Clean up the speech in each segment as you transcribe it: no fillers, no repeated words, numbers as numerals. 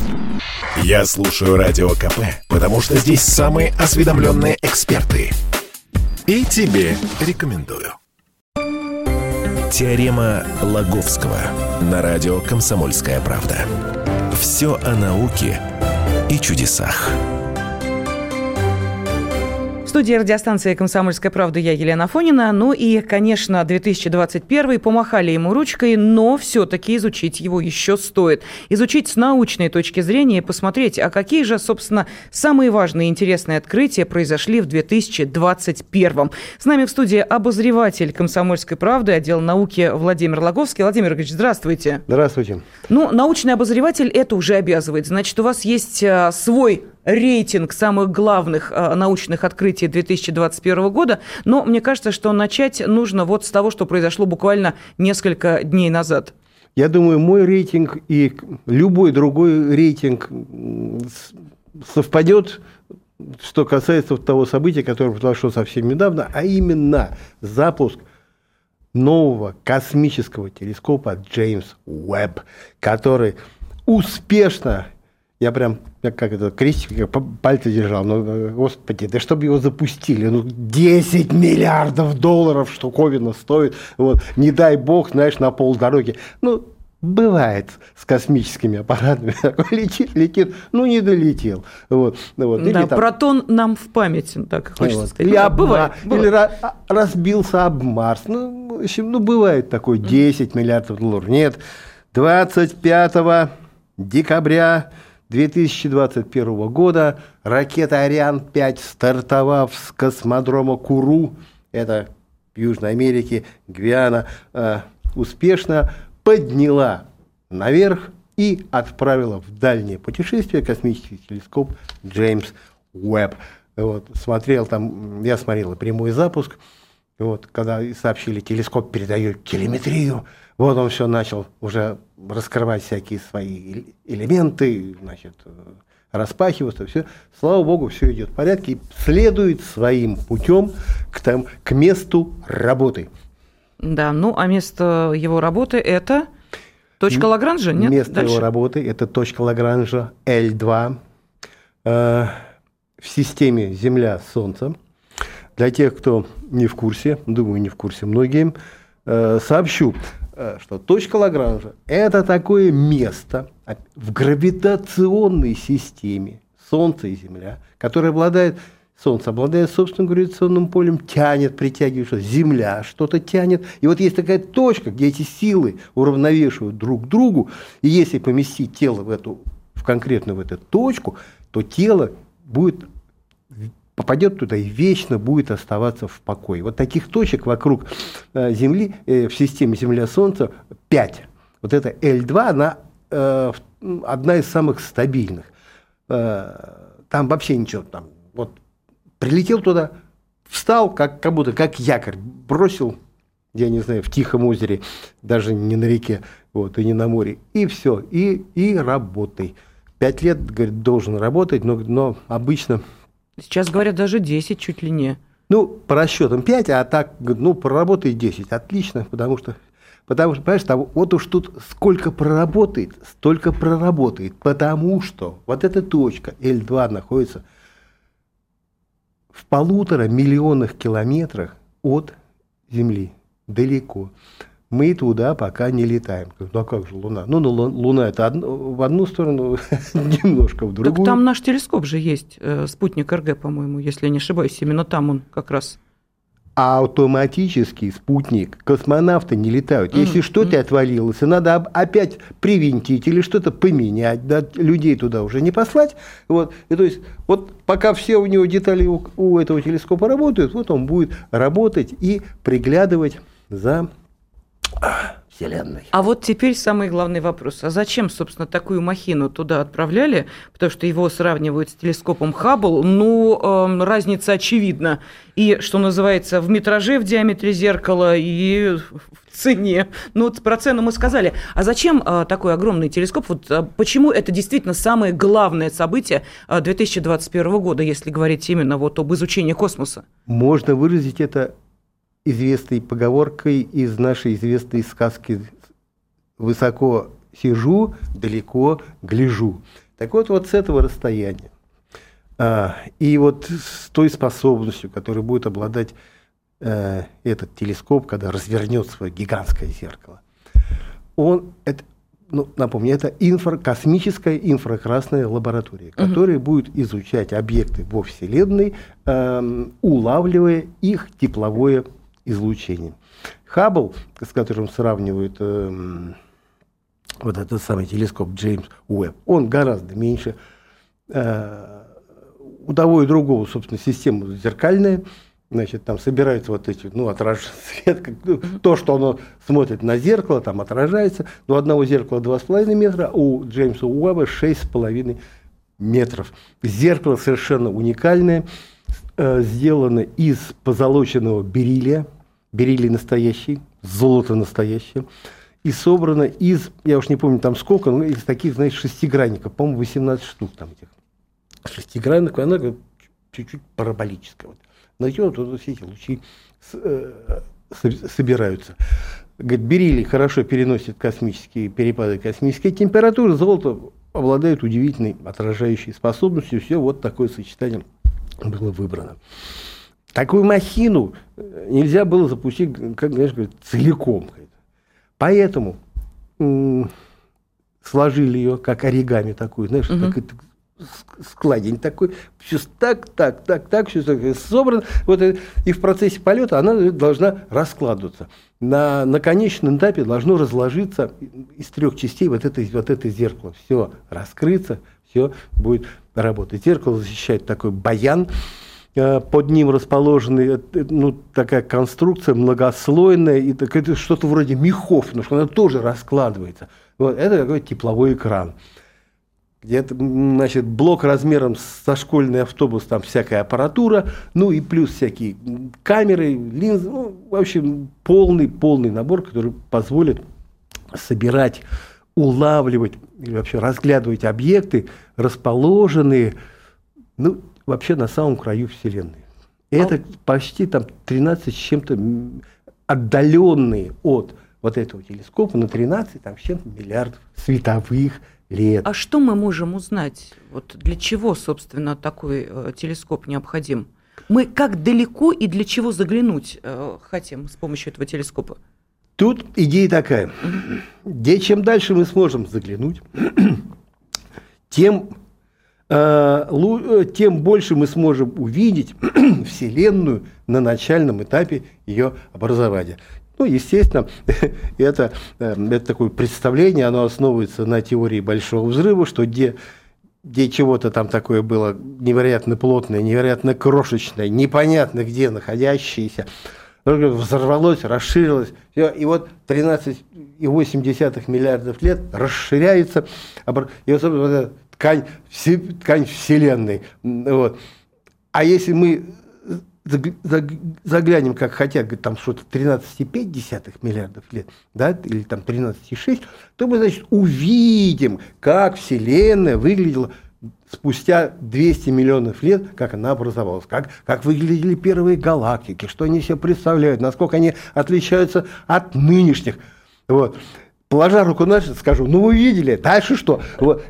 Я слушаю Радио КП, потому что здесь самые осведомленные эксперты. И тебе рекомендую. Теорема Лаговского на радио «Комсомольская правда». Все о науке и чудесах. В студии радиостанции «Комсомольская правда» я, Елена Афонина. Ну и, конечно, 2021 помахали ему ручкой, но все-таки изучить его еще стоит. Изучить с научной точки зрения и посмотреть, а какие же, собственно, самые важные и интересные открытия произошли в 2021. С нами в студии обозреватель «Комсомольской правды», отдел науки Владимир Лаговский. Владимир Ильич, здравствуйте. Здравствуйте. Ну, научный обозреватель это уже обязывает. Значит, у вас есть свой рейтинг самых главных научных открытий 2021 года, но мне кажется, что начать нужно вот с того, что произошло буквально несколько дней назад. Я думаю, мой рейтинг и любой другой рейтинг совпадет, что касается того события, которое произошло совсем недавно, а именно запуск нового космического телескопа Джеймс Уэбб, который успешно, я прям, как это, крестик, пальцы держал, ну, господи, да чтобы его запустили, ну, 10 миллиардов долларов штуковина стоит, вот, не дай бог, знаешь, на полдороги, ну, бывает с космическими аппаратами, летит, ну, не долетел, вот. Или да, там, Протон нам в память, так хочется сказать. Или, бывает. Или разбился об Марс, ну, в общем, ну, бывает такое, 10 миллиардов долларов, нет, 25 декабря 2021 года ракета «Ариан-5», стартовав с космодрома Куру, это в Южной Америке, Гвиана, успешно подняла наверх и отправила в дальнее путешествие космический телескоп Джеймс Уэбб. Вот, я смотрел прямой запуск, вот, когда сообщили, телескоп передает телеметрию, вот он все начал уже раскрывать всякие свои элементы, значит, распахиваться, все. Слава богу, все идет в порядке и следует своим путем к месту работы. Да, ну а место его работы это точка Лагранжа, нет? Место Дальше? его работы это точка Лагранжа L2 в системе Земля-Солнце. Для тех, кто не в курсе, думаю, не в курсе многие, сообщу, что точка Лагранжа – это такое место в гравитационной системе Солнца и Земля, которое обладает, Солнце обладает собственным гравитационным полем, тянет, притягивает, что Земля что-то тянет. И вот есть такая точка, где эти силы уравновешивают друг другу, и если поместить тело конкретно в эту точку, то тело попадет туда и вечно будет оставаться в покое. Вот таких точек вокруг Земли, в системе Земля-Солнце 5. Вот эта L2, она одна из самых стабильных. Там вообще ничего. Там, вот, прилетел туда, встал, как будто как якорь, бросил, я не знаю, в Тихом озере, даже не на реке, вот, и не на море, и все, и работай. 5 лет, говорит, должен работать, но обычно... Сейчас говорят даже 10 чуть ли не. Ну, по расчетам 5, а так, ну, проработает 10. Отлично, потому что, понимаешь, там, вот уж тут сколько проработает, столько проработает, потому что вот эта точка L2 находится в 1,5 миллиона километрах от Земли, далеко. Мы туда пока не летаем. Ну, а как же Луна? Ну, Луна это в одну сторону, немножко в другую. Так там наш телескоп же есть, спутник РГ, по-моему, если я не ошибаюсь. Именно там он как раз. А автоматический спутник, космонавты не летают. Если что-то отвалилось, и надо опять привинтить или что-то поменять, да, людей туда уже не послать. Вот. И то есть, вот пока все у него детали у этого телескопа работают, вот он будет работать и приглядывать за Вселенной. А вот теперь самый главный вопрос. А зачем, собственно, такую махину туда отправляли? Потому что его сравнивают с телескопом Хаббл. Ну, разница очевидна. И, что называется, в метраже, в диаметре зеркала и в цене. Ну, вот про цену мы сказали. А зачем такой огромный телескоп? Вот почему это действительно самое главное событие 2021 года, если говорить именно вот об изучении космоса? Можно выразить это известной поговоркой из нашей известной сказки «Высоко сижу, далеко гляжу». Так вот с этого расстояния и вот с той способностью, которой будет обладать этот телескоп, когда развернет свое гигантское зеркало, напомню, это космическая инфракрасная лаборатория, которая будет изучать объекты во Вселенной, улавливая их тепловое излучение. Хаббл, с которым сравнивают вот этот самый телескоп Джеймс Уэбб, он гораздо меньше. У того и другого, собственно, система зеркальная. Значит, там собираются вот эти, свет, то, что оно смотрит на зеркало, там отражается. У одного зеркала 2,5 метра, у Джеймса Уэбба 6,5 метров. Зеркало совершенно уникальное, сделано из позолоченного бериллия, бериллий настоящий, золото настоящее, и собрано из, я уж не помню там сколько, но из таких, знаете, шестигранников, по-моему, 18 штук там этих шестигранников, она чуть-чуть параболическая. На нее все эти лучи собираются. Говорит, бериллий хорошо переносит космические перепады космической температуры, золото обладает удивительной отражающей способностью. Все вот такое сочетание было выбрано. Такую махину нельзя было запустить, как, знаешь, целиком. Поэтому сложили ее, как оригами такую, знаешь, как складень такой, все так, все так собрано. Вот, и в процессе полета она должна раскладываться. На конечном этапе должно разложиться из 3 частей вот это зеркало. Все раскрыться, все будет работать. Зеркало защищает такой баян. Под ним расположена такая конструкция многослойная, и это что-то вроде мехов, потому что она тоже раскладывается. Вот, это такой тепловой экран. Где-то, значит, блок размером со школьный автобус, там всякая аппаратура, и плюс всякие камеры, линзы, в общем, полный набор, который позволит собирать, улавливать или вообще разглядывать объекты, расположенные, вообще на самом краю Вселенной. Это почти там 13 с чем-то отдаленные от вот этого телескопа на 13 там, с чем-то миллиардов световых лет. А что мы можем узнать? Вот для чего, собственно, такой телескоп необходим? Мы как далеко и для чего заглянуть хотим с помощью этого телескопа? Тут идея такая. Чем дальше мы сможем заглянуть, тем больше мы сможем увидеть Вселенную на начальном этапе ее образования. Естественно, это такое представление, оно основывается на теории Большого взрыва, что где чего-то там такое было невероятно плотное, невероятно крошечное, непонятно где находящееся, взорвалось, расширилось, и вот 13,8 миллиардов лет расширяется, и особенно вот эта ткань Вселенной. Вот. А если мы заглянем, как хотят, там что-то 13,5 миллиардов лет, да, или там 13,6, то мы, значит, увидим, как Вселенная выглядела спустя 200 миллионов лет, как она образовалась, как выглядели первые галактики, что они себе представляют, насколько они отличаются от нынешних. Вот. Положа руку на сердце, скажу, вы видели, дальше что? Вот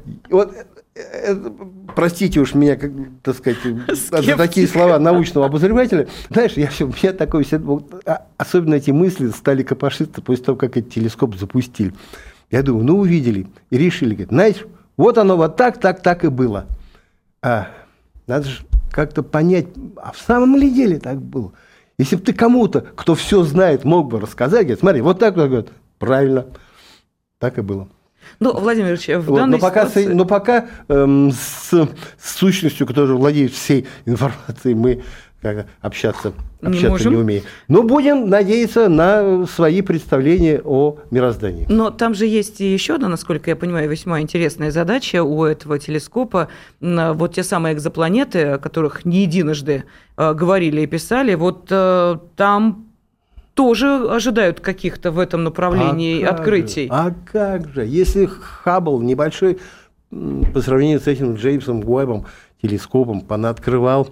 простите уж меня, так сказать, за такие слова научного обозревателя. Знаешь, у меня такое, особенно эти мысли стали копошиться после того, как этот телескоп запустили. Я думаю, увидели и решили, говорит, знаешь, вот оно вот так и было. Надо же как-то понять, а в самом ли деле так было? Если бы ты кому-то, кто все знает, мог бы рассказать, говорит, смотри, вот так, говорит, правильно, так и было. Владимир Ильич, в данной ситуации... Но пока с сущностью, которая владеет всей информацией, мы общаться не умеем. Но будем надеяться на свои представления о мироздании. Но там же есть и еще одна, насколько я понимаю, весьма интересная задача у этого телескопа. Вот те самые экзопланеты, о которых не единожды говорили и писали, вот там тоже ожидают каких-то в этом направлении открытий. А как же? Если Хаббл небольшой, по сравнению с этим Джеймсом Уэббом, телескопом, понаоткрывал,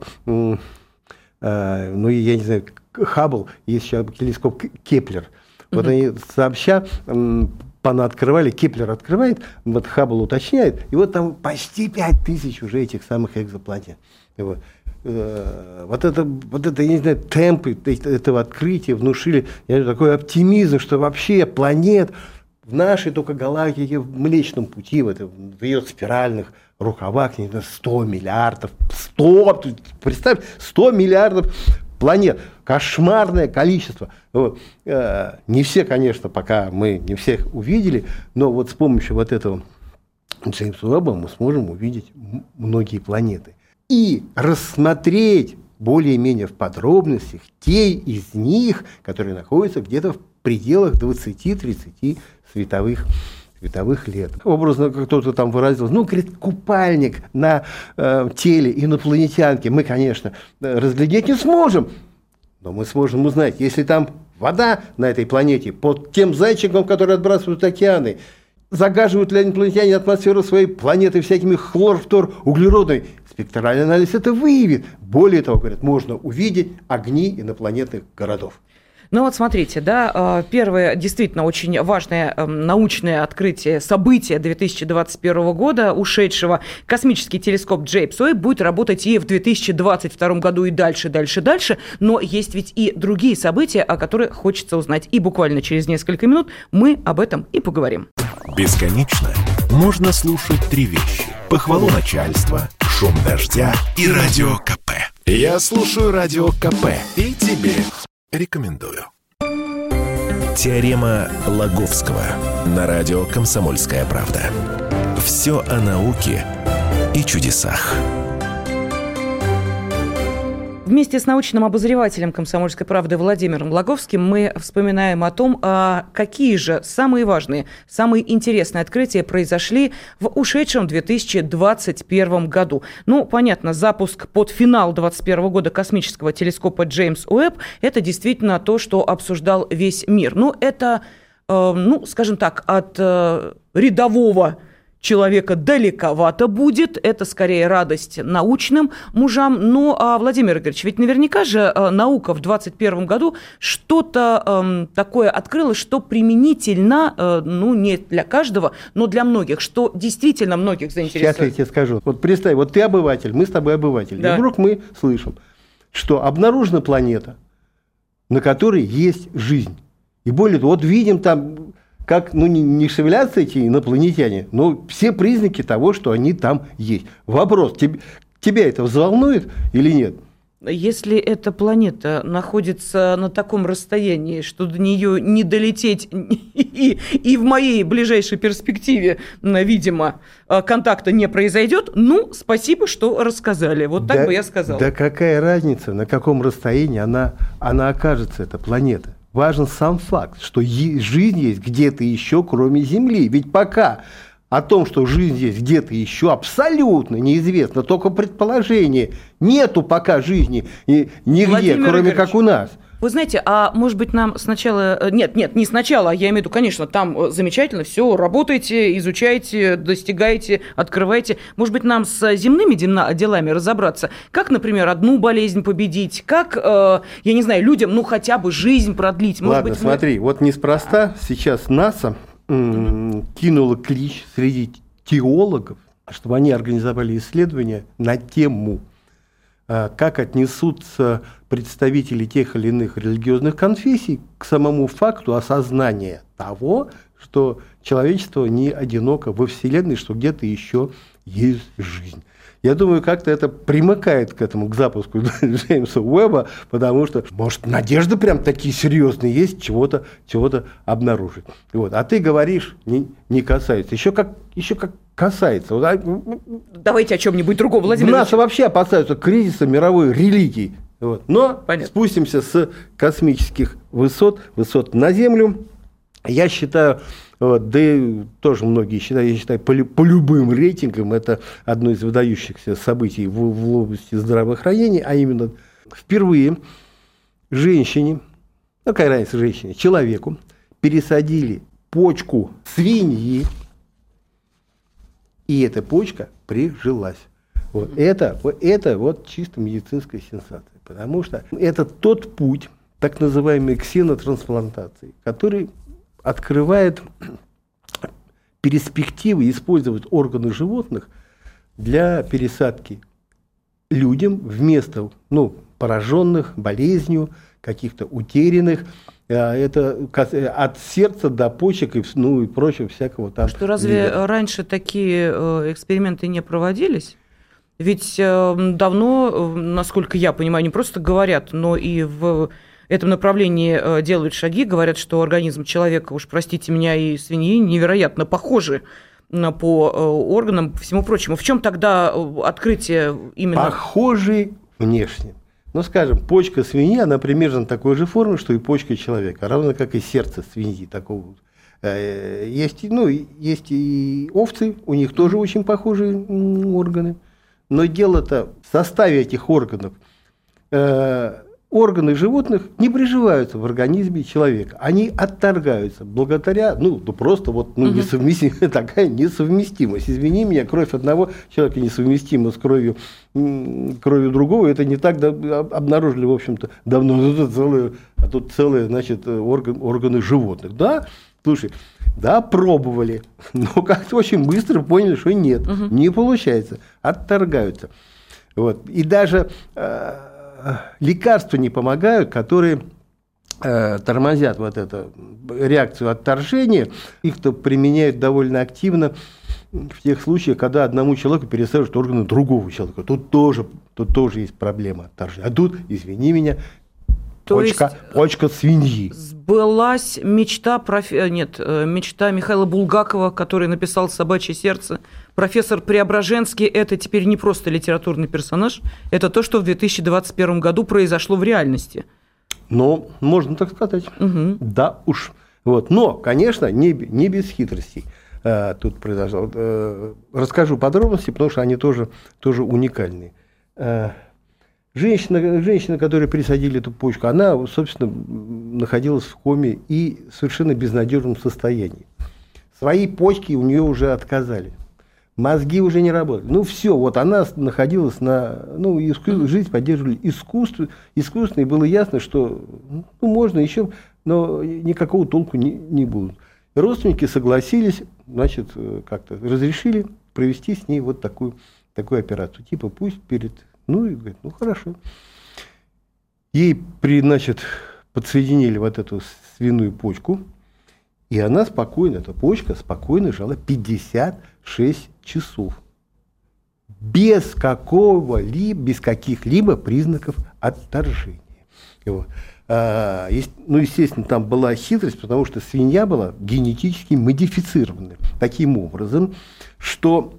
я не знаю, Хаббл, есть еще телескоп Кеплер. Вот они сообща понаоткрывали, Кеплер открывает, вот Хаббл уточняет, и вот там почти 5000 уже этих самых экзопланет. Вот. Вот это, я не знаю, темпы этого открытия внушили такой оптимизм, что вообще планет в нашей только галактике, в Млечном Пути, в ее спиральных рукавах, 100 миллиардов, представь, 100 миллиардов планет, кошмарное количество. Вот. Не все, конечно, пока мы не всех увидели, но вот с помощью вот этого Джеймса Уэбба мы сможем увидеть многие планеты. И рассмотреть более-менее в подробностях те из них, которые находятся где-то в пределах 20-30 световых лет. Образно кто-то там выразил, говорит, купальник на теле инопланетянки мы, конечно, разглядеть не сможем, но мы сможем узнать, если там вода на этой планете под тем зайчиком, который отбрасывают океаны, загаживают ли инопланетяне атмосферу своей планеты всякими хлор, фтор, углеродами. Спектральный анализ это выявит. Более того, говорят, можно увидеть огни инопланетных городов. Ну вот смотрите, да, первое действительно очень важное научное открытие, событие 2021 года ушедшего, космический телескоп Джеймс Уэбб будет работать и в 2022 году, и дальше, но есть ведь и другие события, о которых хочется узнать. И буквально через несколько минут мы об этом и поговорим. Бесконечно можно слушать три вещи: похвалу начальства, шум дождя и радио КП. Я слушаю радио КП и тебе рекомендую. Теорема Лаговского на радио «Комсомольская правда». Все о науке и чудесах. Вместе с научным обозревателем «Комсомольской правды» Владимиром Лаговским мы вспоминаем о том, какие же самые важные, самые интересные открытия произошли в ушедшем 2021 году. Ну, понятно, запуск под финал 2021 года космического телескопа Джеймс Уэбб – это действительно то, что обсуждал весь мир. Ну, это, скажем так, от рядового человека далековато будет, это скорее радость научным мужам. Ну, а Владимир Игоревич, ведь наверняка же наука в 2021 году что-то такое открыла, что применительно, не для каждого, но для многих, что действительно многих заинтересует. Сейчас я тебе скажу. Вот представь, вот ты обыватель, мы с тобой обыватель. Да. И вдруг мы слышим, что обнаружена планета, на которой есть жизнь. И более того, вот видим там, как не шевелятся эти инопланетяне, но все признаки того, что они там есть. Вопрос, тебя это взволнует или нет? Если эта планета находится на таком расстоянии, что до нее не долететь и в моей ближайшей перспективе, видимо, контакта не произойдет, спасибо, что рассказали. Вот так бы я сказала. Да какая разница, на каком расстоянии она окажется, эта планета? Важен сам факт, что жизнь есть где-то еще, кроме Земли. Ведь пока о том, что жизнь есть где-то еще, абсолютно неизвестно, только предположение. Нету пока жизни нигде, Владимир кроме Игоревич, как у нас. Вы знаете, а может быть нам сначала... Нет, не сначала, я имею в виду, конечно, там замечательно все, работаете, изучаете, достигаете, открываете. Может быть, нам с земными делами разобраться? Как, например, одну болезнь победить? Как, я не знаю, людям, хотя бы жизнь продлить? Может Ладно, смотри, вот неспроста сейчас НАСА кинула клич среди теологов, чтобы они организовали исследования на тему, как отнесутся представители тех или иных религиозных конфессий к самому факту осознания того, что человечество не одиноко во Вселенной, что где-то еще есть жизнь. Я думаю, как-то это примыкает к запуску Джеймса Уэбба, потому что, может, надежды прям такие серьезные есть, чего-то обнаружить. Вот. А ты говоришь, не касается. Еще как касается. Давайте о чем-нибудь другом, Владимир Ильич. Нас вообще опасаются кризиса мировой религии. Вот. Но спустимся с космических высот на Землю. Я считаю, да и тоже многие считают, я считаю, по любым рейтингам это одно из выдающихся событий в области здравоохранения, а именно впервые женщине, какая разница женщине, человеку пересадили почку свиньи, и эта почка прижилась. Вот. Это чисто медицинская сенсация, потому что это тот путь, так называемой ксенотрансплантации, который открывает перспективы использовать органы животных для пересадки людям вместо пораженных болезнью, каких-то утерянных, это от сердца до почек и прочего всякого там. Что разве раньше такие эксперименты не проводились? Ведь давно, насколько я понимаю, не просто говорят, но и в этом направлении делают шаги, говорят, что организм человека, уж простите меня, и свиньи невероятно похожи по органам, по всему прочему. В чем тогда открытие именно? Похожи внешне. Скажем, почка свиньи, она примерно такой же формы, что и почка человека, равно как и сердце свиньи такого. Есть и овцы, у них тоже очень похожие органы. Но дело-то в составе этих органов. Органы животных не приживаются в организме человека. Они отторгаются благодаря, такая несовместимость. Извини меня, кровь одного человека несовместима с кровью другого. Это не так обнаружили, в общем-то, давно. Тут целые, органы животных. Да, слушай, да, пробовали, но как-то очень быстро поняли, что нет, не получается, отторгаются. И даже лекарства не помогают, которые тормозят эту реакцию отторжения. Их-то применяют довольно активно в тех случаях, когда одному человеку пересаживают органы другого человека. Тут тоже есть проблема отторжения. А тут, извини меня, почка свиньи. Сбылась мечта Михаила Булгакова, который написал «Собачье сердце». Профессор Преображенский – это теперь не просто литературный персонаж, это то, что в 2021 году произошло в реальности. Можно так сказать. Угу. Да уж. Но, конечно, не без хитростей тут произошло. Расскажу подробности, потому что они тоже уникальные. Женщина, которой присадили эту почку, она, собственно, находилась в коме и в совершенно безнадежном состоянии. Свои почки у нее уже отказали. Мозги уже не работали. Все, она находилась жизнь поддерживали искусственно, и было ясно, что можно еще, но никакого толку не будет. Родственники согласились, как-то разрешили провести с ней такую операцию. Пусть перед... И говорит, хорошо. Ей, подсоединили эту свиную почку, и она эта почка спокойно жила 56 часов. Без каких-либо признаков отторжения. Естественно, там была хитрость, потому что свинья была генетически модифицирована таким образом, что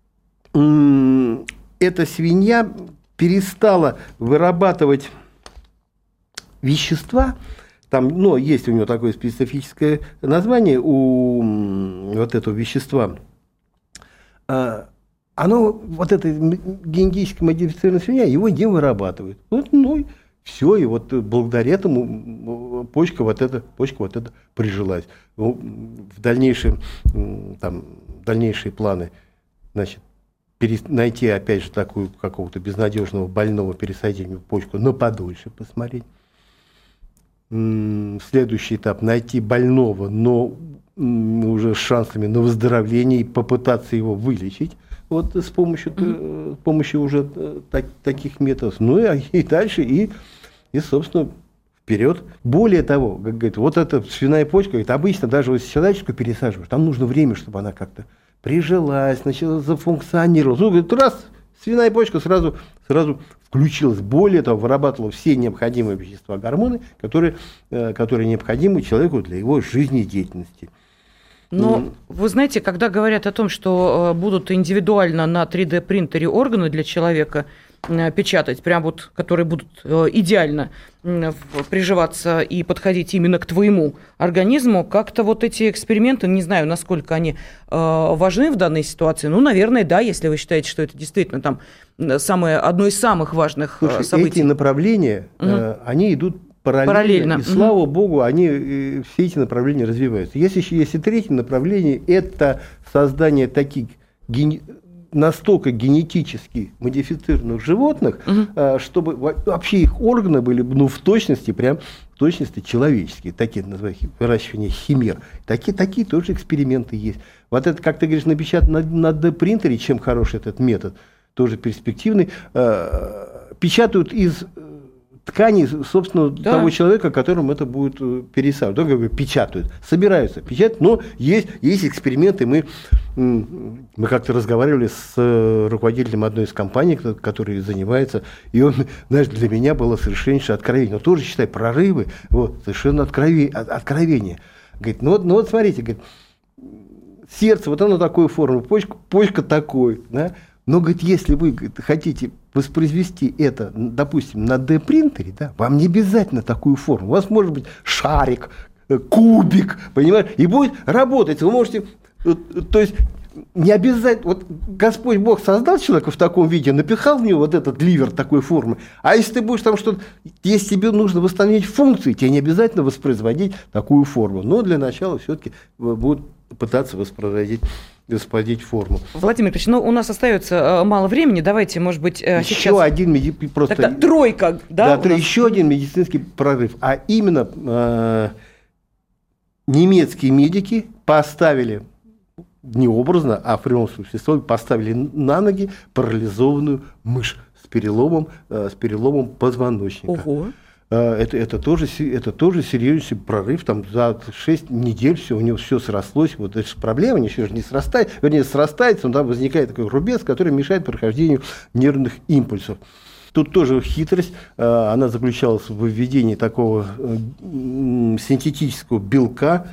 эта свинья перестала вырабатывать вещества, там, есть у нее такое специфическое название у этого вещества, эта генетически модифицированная свинья его не вырабатывает. Все, и благодаря этому почка прижилась. В дальнейшие планы, найти, опять же, такую какого-то безнадежного больного, пересадить в почку, но подольше посмотреть. Следующий этап – найти больного, но уже с шансами на выздоровление и попытаться его вылечить с помощью уже таких методов. И дальше, и собственно, вперед. Более того, как говорит, эта свиная почка, обычно даже если человеческую пересаживаешь, там нужно время, чтобы она как-то прижилась, начала зафункционировать. Раз, свиная почка сразу включилась. Более того, вырабатывала все необходимые вещества, гормоны, которые необходимы человеку для его жизнедеятельности. Но вы знаете, когда говорят о том, что будут индивидуально на 3D-принтере органы для человека печатать, которые будут идеально приживаться и подходить именно к твоему организму, как-то эти эксперименты, не знаю, насколько они важны в данной ситуации. Наверное, да, если вы считаете, что это действительно одно из самых важных событий. Эти направления, они идут параллельно. И слава богу, все эти направления развиваются. Есть третье направление, это создание таких настолько генетически модифицированных животных, чтобы вообще их органы были в точности, прям в точности человеческие, такие называемые выращивание химер. Такие тоже эксперименты есть. Вот это, как ты говоришь, напечатать на D-принтере, чем хороший этот метод, тоже перспективный, печатают из ткани, собственно, того человека, которому это будет пересаживать. Только печатают, собираются печатать, но есть эксперименты. Мы как-то разговаривали с руководителем одной из компаний, который занимается, и он, знаешь, для меня было совершеннейшее откровение. Он тоже, считай, прорывы, совершенно откровение. Говорит, ну вот смотрите, говорит, сердце, вот оно такой формы, почка такой, да? Но, говорит, если вы хотите воспроизвести это, допустим, на D-принтере, да, вам не обязательно такую форму. У вас может быть шарик, кубик, понимаешь, и будет работать. Вы можете, то есть, не обязательно, вот Господь Бог создал человека в таком виде, напихал в него вот этот ливер такой формы, а если ты будешь там что-то, если тебе нужно восстановить функции, тебе не обязательно воспроизводить такую форму. Но для начала все-таки будут пытаться воспроизводить форму. Владимир Ильич, у нас остается мало времени. Давайте, может быть, сейчас... Еще один просто... Тогда тройка, да? Еще один медицинский прорыв. А именно немецкие медики поставили, не образно, а в прямом смысле, поставили на ноги парализованную мышь с переломом позвоночника. Ого. Это тоже серьезнейший прорыв, там за 6 недель у него все срослось, вот это же проблема, еще же не срастается, срастается, но там возникает такой рубец, который мешает прохождению нервных импульсов. Тут тоже хитрость, она заключалась в введении такого синтетического белка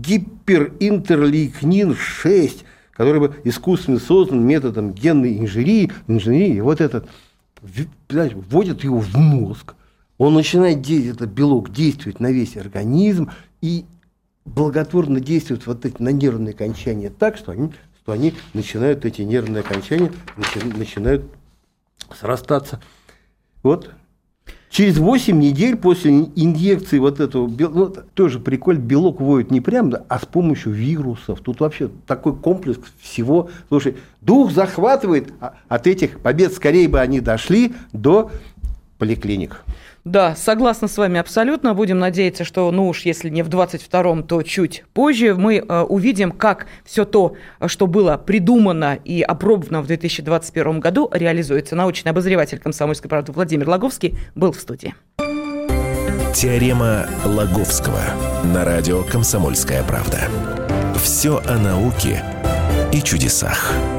гиперинтерлейкнин-6, который бы искусственно создан методом генной инженерии, вот этот, вводят его в мозг. Он начинает этот белок действовать на весь организм и благотворно действует на нервные окончания так, что они начинают, эти нервные окончания начинают срастаться. Вот. Через 8 недель после инъекции вот этого белка, тоже прикольно, белок вводят не прямо, а с помощью вирусов. Тут вообще такой комплекс всего. Слушай, дух захватывает от этих побед, скорее бы они дошли до поликлиник. Да, согласна с вами абсолютно. Будем надеяться, что, если не в 22-м, то чуть позже мы увидим, как все то, что было придумано и опробовано в 2021 году, реализуется. Научный обозреватель «Комсомольской правды» Владимир Логовский был в студии. Теорема Лаговского на радио «Комсомольская правда». Все о науке и чудесах.